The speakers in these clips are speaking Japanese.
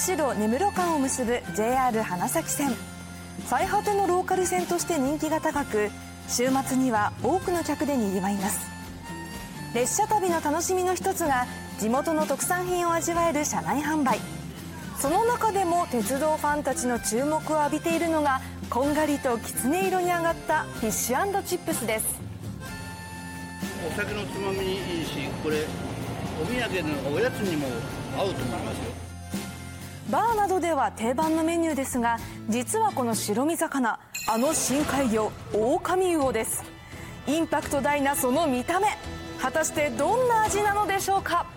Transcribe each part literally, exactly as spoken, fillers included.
釧路根室間を結ぶ ジェイアール 花咲線。最果てのローカル線として人気が高く、週末には多くの客でにぎわいます。列車旅の楽しみの一つが地元の特産品を味わえる車内販売。その中でも鉄道ファンたちの注目を浴びているのが、こんがりときつね色に揚がったフィッシュ&チップスです。 お酒のつまみにいいし、これお土産のおやつにも合うと思いますよ。 バーなどでは定番のメニューですが、実はこの白身魚、あの深海魚オオカミウオです。インパクト大なその見た目、果たしてどんな味なのでしょうか。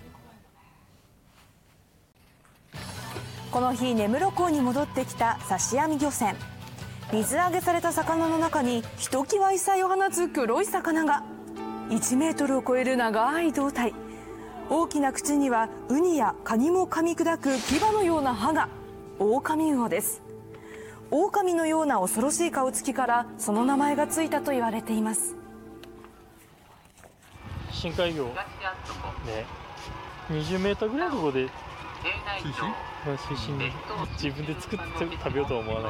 この日根室港に戻ってきた刺し網漁船。水揚げされた魚の中にひときわ異彩を放つ黒い魚が。いちメートルを超える長い胴体、大きな口にはウニやカニも噛み砕く牙のような歯がオオカミウオです。オオカミのような恐ろしい顔つきからその名前がついたと言われています。 深海魚、ね、にじゅうメートルぐらいのところで水深で自分で作って食べようとは思わない。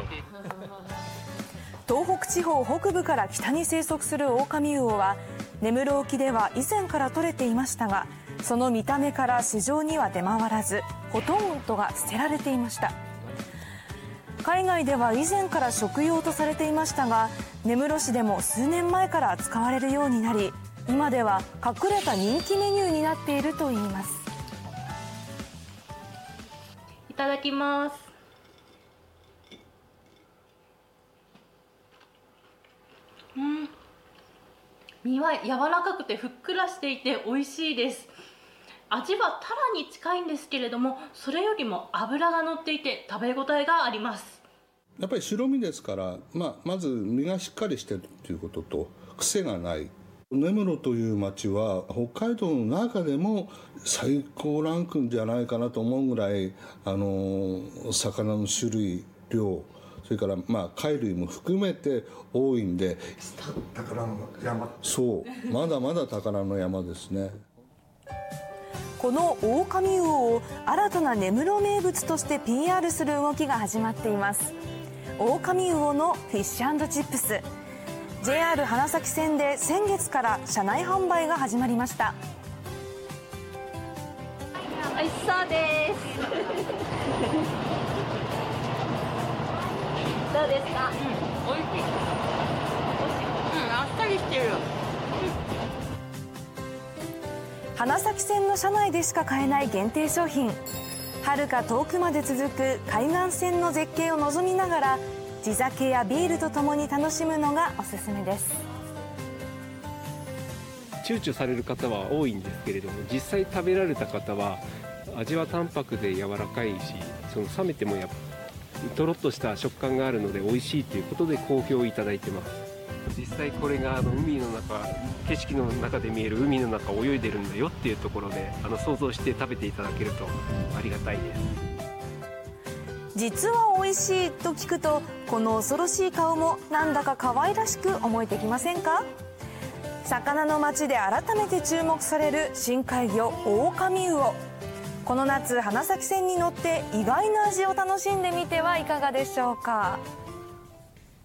東北地方北部から北に生息するオオカミウオは根室沖では以前から取れていましたが、その見た目から市場には出回らず、ほとんどが捨てられていました。海外では以前から食用とされていましたが、根室市でも数年前から扱われるようになり、今では隠れた人気メニューになっているといいます。 いただきます。うん、身は柔らかくてふっくらしていて美味しいです。味はタラに近いんですけれども、それよりも脂が乗っていて食べ応えがあります。 やっぱり白身ですから、まあ、まず身がしっかりしてるということと癖がない。根室という町は北海道の中でも最高ランクじゃないかなと思うぐらい、あの魚の種類量、それからまあ貝類も含めて多いんで、 宝の山。 そうまだまだ宝の山ですね。 このオオカミウオを新たな根室名物として ピーアール する動きが始まっています。オオカミウオのフィッシュ&チップス、 ジェイアール 花咲線で先月から車内販売が始まりました。 美味しそうです。どうですか？ うん、美味しい。うん、あっさりしてる。 花咲線の車内でしか買えない限定商品。遥か遠くまで続く海岸線の絶景を望みながら、地酒やビールとともに楽しむのがおすすめです。 躊躇される方は多いんですけれども、実際食べられた方は味は淡白で柔らかいし、その冷めてもやっとろっとした食感があるので美味しいということで好評をいただいてます。実際これがあの海の中、景色の中で見える海の中を泳いでるんだよっていうところで、あの想像して食べていただけるとありがたいです。 実は美味しいと聞くと、この恐ろしい顔もなんだか可愛らしく思えてきませんか？魚の町で改めて注目される深海魚オオカミウオ。この夏花咲線に乗って意外な味を楽しんでみてはいかがでしょうか。